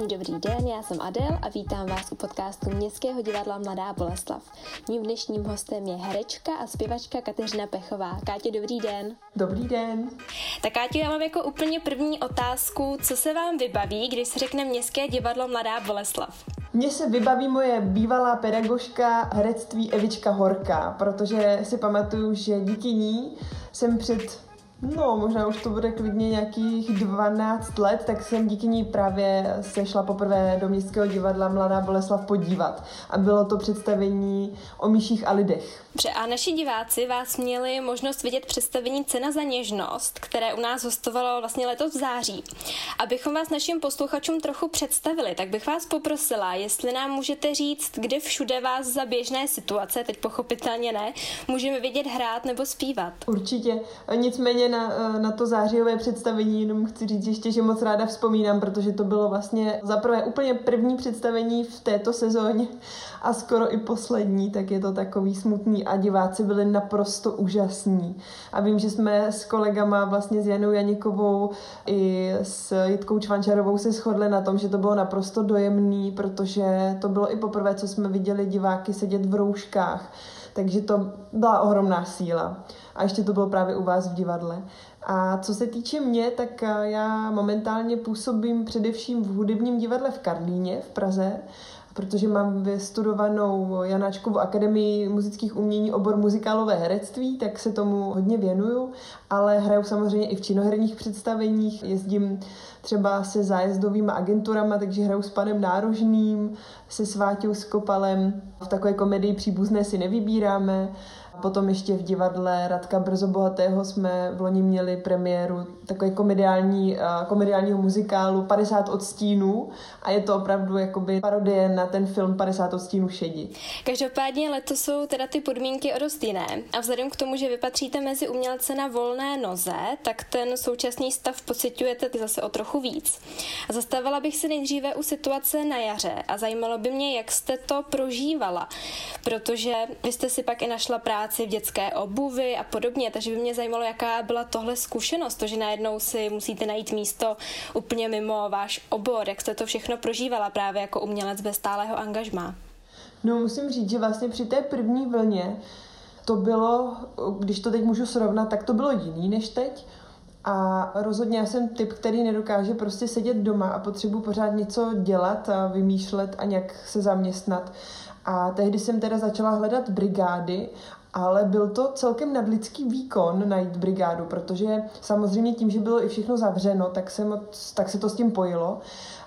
Příjemný dobrý den, já jsem Adel a vítám vás u podcastu Městského divadla Mladá Boleslav. Mým dnešním hostem je herečka a zpěvačka Kateřina Pechová. Káťo, dobrý den. Dobrý den. Tak Káťo, já mám jako úplně první otázku, co se vám vybaví, když se řekne Městské divadlo Mladá Boleslav? Mně se vybaví moje bývalá pedagožka herectví Evička Horká, protože si pamatuju, že díky ní jsem možná už to bude klidně nějakých 12 let, tak jsem díky ní právě se šla poprvé do Městského divadla Mladá Boleslav podívat. A bylo to představení o myších a lidech. Dobře, a naši diváci vás měli možnost vidět představení Cena za něžnost, které u nás hostovalo vlastně letos v září. Abychom vás našim posluchačům trochu představili, tak bych vás poprosila, jestli nám můžete říct, kde všude vás za běžné situace, teď pochopitelně ne, můžeme vidět hrát nebo zpívat. Určitě, nicméně na to zářijové představení jenom chci říct ještě, že moc ráda vzpomínám, protože to bylo vlastně zaprvé úplně první představení v této sezóně a skoro i poslední, tak je to takový smutný a diváci byli naprosto úžasní. A vím, že jsme s kolegama vlastně s Janou Janíkovou i s Jitkou Čvančarovou se shodli na tom, že to bylo naprosto dojemný, protože to bylo i poprvé, co jsme viděli diváky sedět v rouškách. Takže to byla ohromná síla. A ještě to bylo právě u vás v divadle. A co se týče mě, tak já momentálně působím především v hudebním divadle v Karlíně v Praze, protože mám vystudovanou Janáčkovu akademii muzických umění obor muzikálové herectví, tak se tomu hodně věnuju, ale hraju samozřejmě i v činoherních představeních, jezdím třeba se zájezdovými agenturama, takže hraju s panem Nárožným, se Sváťou Skopalem, v takové komedii Příbuzné si nevybíráme. Potom ještě v divadle Radka Brzobohatého jsme v loni měli premiéru takové komediálního muzikálu 50 odstínů a je to opravdu jakoby parodie na ten film 50 odstínů šedi. Každopádně letos jsou teda ty podmínky o dost jiné a vzhledem k tomu, že vy patříte mezi umělce na volné noze, tak ten současný stav pociťujete zase o trochu víc. A zastavila bych se nejdříve u situace na jaře a zajímalo by mě, jak jste to prožívala, protože vy jste si pak i našla práci v dětské obuvi a podobně, takže by mě zajímalo, jaká byla tohle zkušenost, to, že najednou si musíte najít místo úplně mimo váš obor, jak jste to všechno prožívala právě jako umělec bez stálého angažmá. No, musím říct, že vlastně při té první vlně to bylo, když to teď můžu srovnat, tak to bylo jiný než teď. A rozhodně já jsem typ, který nedokáže prostě sedět doma a potřebuji pořád něco dělat a vymýšlet a nějak se zaměstnat. A tehdy jsem teda začala hledat brigády, ale byl to celkem nadlidský výkon najít brigádu, protože samozřejmě tím, že bylo i všechno zavřeno, tak se to s tím pojilo.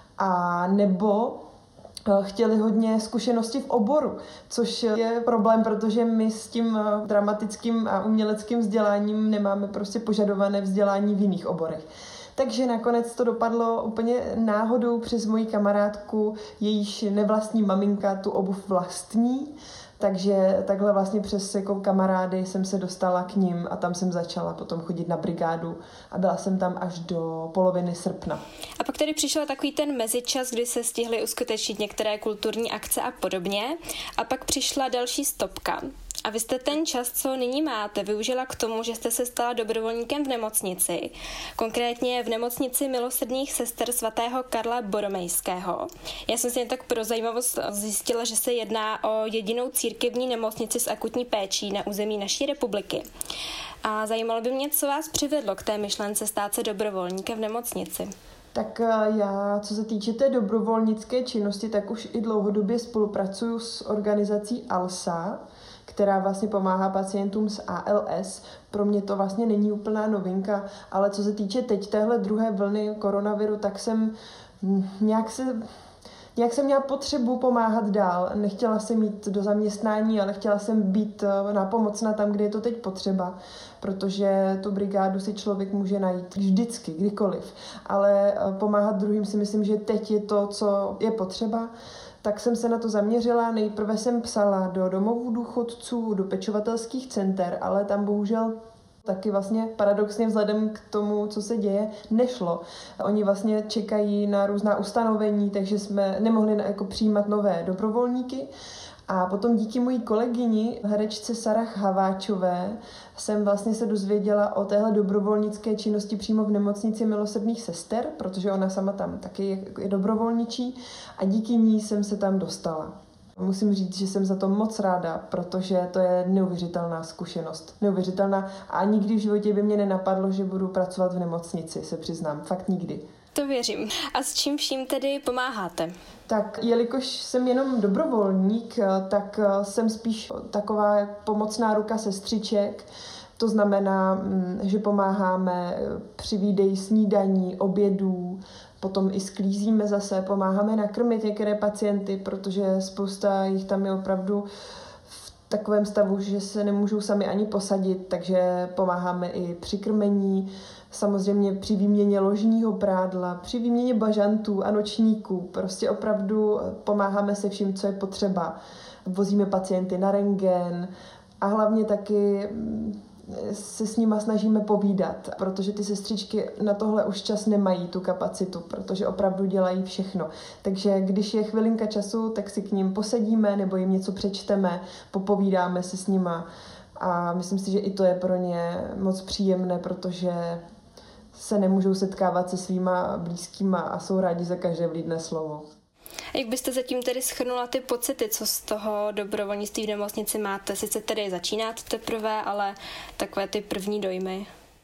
A nebo chtěli hodně zkušenosti v oboru, což je problém, protože my s tím dramatickým a uměleckým vzděláním nemáme prostě požadované vzdělání v jiných oborech. Takže nakonec to dopadlo úplně náhodou přes moji kamarádku, jejíž nevlastní maminka tu obuv vlastní. Takže takhle vlastně přes jako kamarády jsem se dostala k nim a tam jsem začala potom chodit na brigádu a byla jsem tam až do poloviny srpna. A pak tedy přišel takový ten mezičas, kdy se stihly uskutečnit některé kulturní akce a podobně a pak přišla další stopka. A vy jste ten čas, co nyní máte, využila k tomu, že jste se stala dobrovolníkem v nemocnici. Konkrétně v nemocnici milosrdných sester svatého Karla Boromejského. Já jsem si jen tak pro zajímavost zjistila, že se jedná o jedinou církevní nemocnici s akutní péčí na území naší republiky. A zajímalo by mě, co vás přivedlo k té myšlence stát se dobrovolníkem v nemocnici. Tak já, co se týče té dobrovolnické činnosti, tak už i dlouhodobě spolupracuju s organizací ALSA, která vlastně pomáhá pacientům s ALS. Pro mě to vlastně není úplná novinka, ale co se týče teď téhle druhé vlny koronaviru, tak jsem nějak jsem měla potřebu pomáhat dál. Nechtěla jsem jít do zaměstnání, ale chtěla jsem být nápomocna tam, kde je to teď potřeba, protože tu brigádu si člověk může najít vždycky, kdykoliv. Ale pomáhat druhým si myslím, že teď je to, co je potřeba. Tak jsem se na to zaměřila. Nejprve jsem psala do domovů důchodců, do pečovatelských center, ale tam bohužel taky vlastně paradoxně vzhledem k tomu, co se děje, nešlo. Oni vlastně čekají na různá ustanovení, takže jsme nemohli přijímat nové dobrovolníky. A potom díky mojí kolegyni, herečce Sarah Haváčové, jsem vlastně se dozvěděla o téhle dobrovolnické činnosti přímo v nemocnici Milosrdných sester, protože ona sama tam taky je dobrovolničí a díky ní jsem se tam dostala. Musím říct, že jsem za to moc ráda, protože to je neuvěřitelná zkušenost. Neuvěřitelná a nikdy v životě by mě nenapadlo, že budu pracovat v nemocnici, se přiznám. Fakt nikdy. To věřím. A s čím vším tedy pomáháte? Tak jelikož jsem jenom dobrovolník, tak jsem spíš taková pomocná ruka sestřiček. To znamená, že pomáháme při výdeji snídaní, obědů, potom i sklízíme zase, pomáháme nakrmit některé pacienty, protože spousta jich tam je opravdu v takovém stavu, že se nemůžou sami ani posadit, takže pomáháme i při krmení, samozřejmě při výměně ložního prádla, při výměně bažantů a nočníků. Prostě opravdu pomáháme se vším, co je potřeba. Vozíme pacienty na rentgen a hlavně taky se s nima snažíme povídat, protože ty sestřičky na tohle už čas nemají, tu kapacitu, protože opravdu dělají všechno. Takže když je chvilinka času, tak si k ním posedíme nebo jim něco přečteme, popovídáme se s nima a myslím si, že i to je pro ně moc příjemné, protože se nemůžou setkávat se svýma blízkýma a jsou rádi za každé vlídné slovo. Jak byste zatím tedy shrnula ty pocity, co z toho dobrovolnictví v nemocnici máte? Sice tedy začínáte teprve, ale takové ty první dojmy.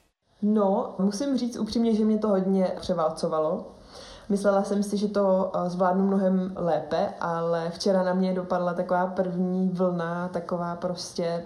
No, musím říct upřímně, že mě to hodně převálcovalo. Myslela jsem si, že to zvládnu mnohem lépe, ale včera na mě dopadla taková první vlna, taková prostě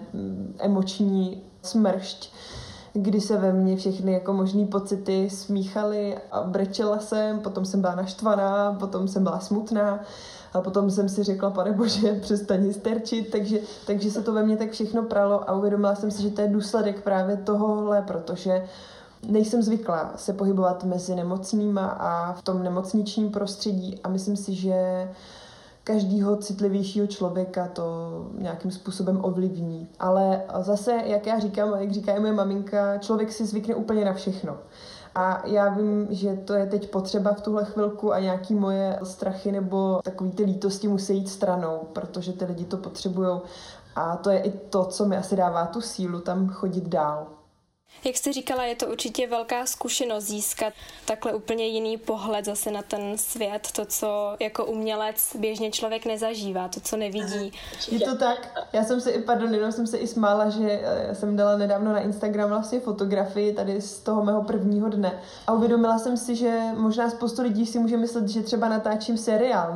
emoční smršť, kdy se ve mně všechny jako možný pocity smíchaly a brečela jsem, potom jsem byla naštvaná, potom jsem byla smutná a potom jsem si řekla, pane bože, přestaň sterčit, takže se to ve mně tak všechno pralo a uvědomila jsem si, že to je důsledek právě tohohle, protože nejsem zvyklá se pohybovat mezi nemocnýma a v tom nemocničním prostředí a myslím si, že každýho citlivějšího člověka to nějakým způsobem ovlivní. Ale zase, jak já říkám, jak říká i moje maminka, člověk si zvykne úplně na všechno. A já vím, že to je teď potřeba v tuhle chvilku a nějaký moje strachy nebo takový ty lítosti musí jít stranou, protože ty lidi to potřebujou. A to je i to, co mi asi dává tu sílu tam chodit dál. Jak jste říkala, je to určitě velká zkušenost získat takhle úplně jiný pohled zase na ten svět, to, co jako umělec běžně člověk nezažívá, to, co nevidí. Je to tak. Já jsem se jenom jsem se i smála, že jsem dala nedávno na Instagram vlastně fotografii tady z toho mého prvního dne a uvědomila jsem si, že možná spoustu lidí si může myslet, že třeba natáčím seriál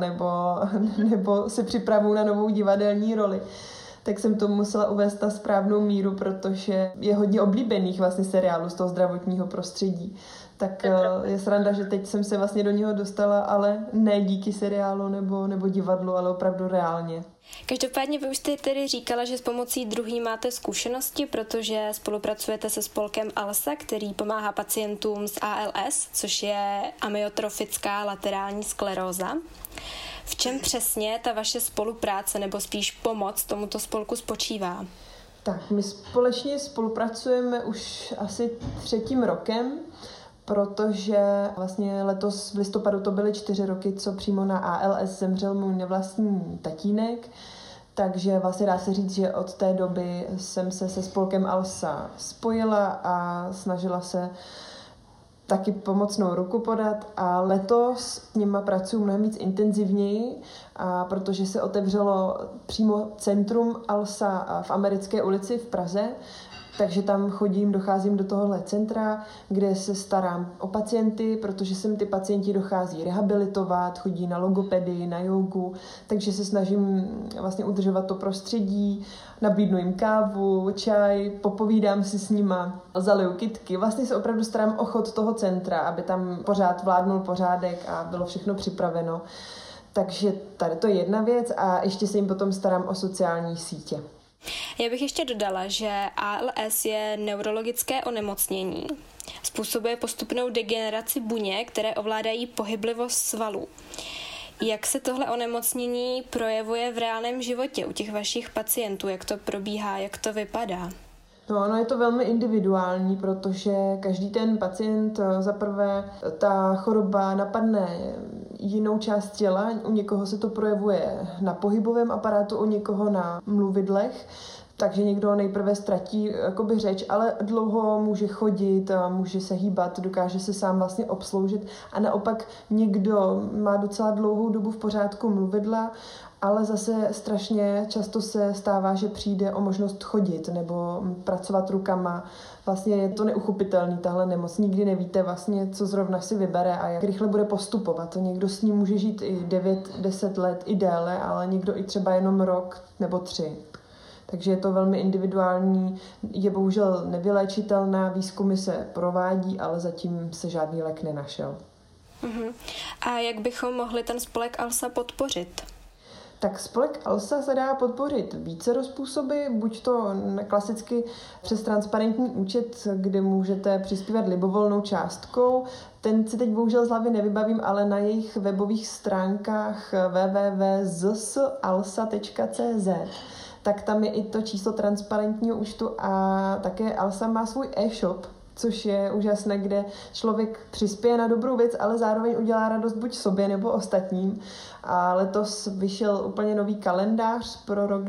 nebo se připravuju na novou divadelní roli. Tak jsem to musela uvést na správnou míru, protože je hodně oblíbených vlastně seriálů z toho zdravotního prostředí. Tak je sranda, že teď jsem se vlastně do něho dostala, ale ne díky seriálu nebo divadlu, ale opravdu reálně. Každopádně vy už jste tedy říkala, že s pomocí druhý máte zkušenosti, protože spolupracujete se spolkem ALSA, který pomáhá pacientům s ALS, což je amyotrofická laterální skleróza. V čem přesně ta vaše spolupráce nebo spíš pomoc tomuto spolku spočívá? Tak, my společně spolupracujeme už asi 3. rokem, protože vlastně letos v listopadu to byly 4 roky, co přímo na ALS zemřel můj nevlastní tatínek. Takže vlastně dá se říct, že od té doby jsem se se spolkem ALSA spojila a snažila se taky pomocnou ruku podat a letos s nima pracuji mnohem víc intenzivněji, protože se otevřelo přímo centrum ALSA v Americké ulici v Praze, takže tam docházím do tohohle centra, kde se starám o pacienty, protože sem ty pacienti dochází rehabilitovat, chodí na logopedii, na jógu, takže se snažím vlastně udržovat to prostředí, nabídnu jim kávu, čaj, popovídám si s nima, zaliju kytky. Vlastně se opravdu starám o chod toho centra, aby tam pořád vládnul pořádek a bylo všechno připraveno. Takže tady to je jedna věc a ještě se jim potom starám o sociální sítě. Já bych ještě dodala, že ALS je neurologické onemocnění. Způsobuje postupnou degeneraci buněk, které ovládají pohyblivost svalů. Jak se tohle onemocnění projevuje v reálném životě u těch vašich pacientů? Jak to probíhá? Jak to vypadá? No, je to velmi individuální, protože každý ten pacient zaprvé ta choroba napadne jinou část těla. U někoho se to projevuje na pohybovém aparátu, u někoho na mluvidlech. Takže někdo nejprve ztratí jakoby řeč, ale dlouho může chodit, může se hýbat, dokáže se sám vlastně obsloužit. A naopak někdo má docela dlouhou dobu v pořádku mluvidla, ale zase strašně často se stává, že přijde o možnost chodit nebo pracovat rukama. Vlastně je to neuchopitelný, tahle nemoc. Nikdy nevíte vlastně, co zrovna si vybere a jak rychle bude postupovat. Někdo s ním může žít i 9-10 let, i déle, ale někdo i třeba jenom rok nebo 3. Takže je to velmi individuální, je bohužel nevyléčitelná, výzkumy se provádí, ale zatím se žádný lék nenašel. A jak bychom mohli ten spolek ALSA podpořit? Tak spolek ALSA se dá podpořit více způsoby, buď to klasicky přes transparentní účet, kde můžete přispívat libovolnou částkou. Ten si teď bohužel z hlavy nevybavím, ale na jejich webových stránkách www.zsalsa.cz tak tam je i to číslo transparentního účtu a také ALSA má svůj e-shop, což je úžasné, kde člověk přispěje na dobrou věc, ale zároveň udělá radost buď sobě nebo ostatním. A letos vyšel úplně nový kalendář pro rok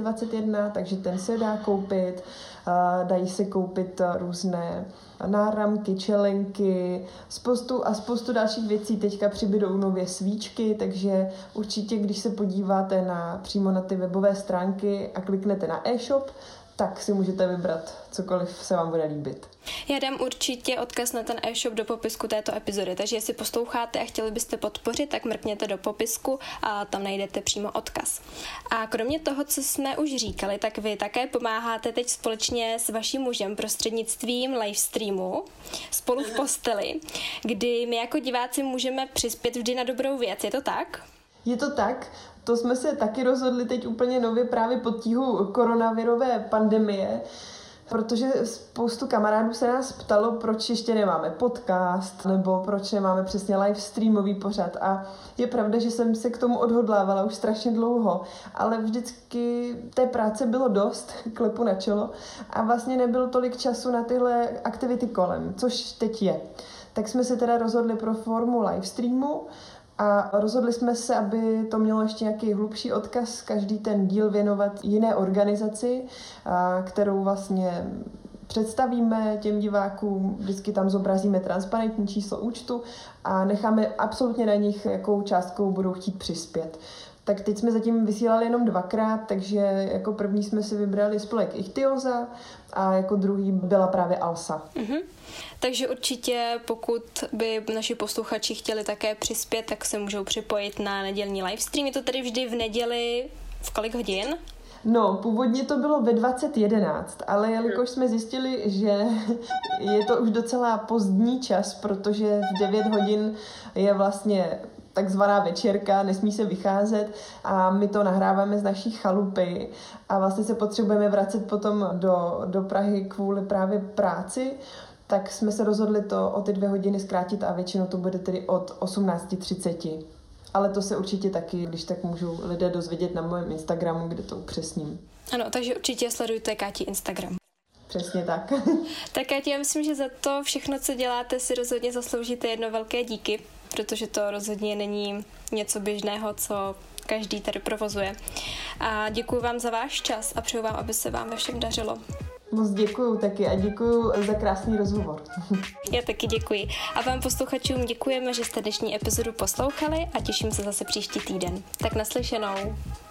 2021, takže ten se dá koupit. Dají se koupit různé náramky, čelenky, spoustu dalších věcí. Teďka přibydou nově svíčky, takže určitě, když se podíváte přímo na ty webové stránky a kliknete na e-shop, tak si můžete vybrat cokoliv se vám bude líbit. Já dám určitě odkaz na ten e-shop do popisku této epizody, takže jestli posloucháte a chtěli byste podpořit, tak mrkněte do popisku a tam najdete přímo odkaz. A kromě toho, co jsme už říkali, tak vy také pomáháte teď společně s vaším mužem prostřednictvím livestreamu Spolu v posteli, kdy my jako diváci můžeme přispět vždy na dobrou věc, je to tak? Je to tak, to jsme se taky rozhodli teď úplně nově právě pod tíhu koronavirové pandemie, protože spoustu kamarádů se nás ptalo, proč ještě nemáme podcast, nebo proč nemáme přesně live streamový pořad. A je pravda, že jsem se k tomu odhodlávala už strašně dlouho, ale vždycky té práce bylo dost, klepu na čelo, a vlastně nebylo tolik času na tyhle aktivity kolem, což teď je. Tak jsme se teda rozhodli pro formu live streamu, a rozhodli jsme se, aby to mělo ještě nějaký hlubší odkaz, každý ten díl věnovat jiné organizaci, kterou vlastně představíme těm divákům, vždycky tam zobrazíme transparentní číslo účtu a necháme absolutně na nich, jakou částkou budou chtít přispět. Tak teď jsme zatím vysílali jenom 2krát, takže jako první jsme si vybrali spolek Ichthyosa a jako druhý byla právě ALSA. Takže určitě, pokud by naši posluchači chtěli také přispět, tak se můžou připojit na nedělní livestream. Je to tedy vždy v neděli v kolik hodin? No, původně to bylo ve 20:11, ale jelikož jsme zjistili, že je to už docela pozdní čas, protože v 9 hodin je vlastně takzvaná večerka, nesmí se vycházet a my to nahráváme z naší chalupy a vlastně se potřebujeme vracet potom do Prahy kvůli právě práci, tak jsme se rozhodli to o ty 2 hodiny zkrátit a většinou to bude tedy od 18:30. Ale to se určitě taky, když tak můžou lidé dozvědět na mém Instagramu, kde to upřesním. Ano, takže určitě sledujte Káti Instagram. Přesně tak. Tak Káti, já myslím, že za to všechno, co děláte, si rozhodně zasloužíte jedno velké díky, protože to rozhodně není něco běžného, co každý tady provozuje. A děkuji vám za váš čas a přeju vám, aby se vám ve všem dařilo. Moc děkuju taky a děkuju za krásný rozhovor. Já taky děkuji. A vám posluchačům děkujeme, že jste dnešní epizodu poslouchali a těším se zase příští týden. Tak naslyšenou.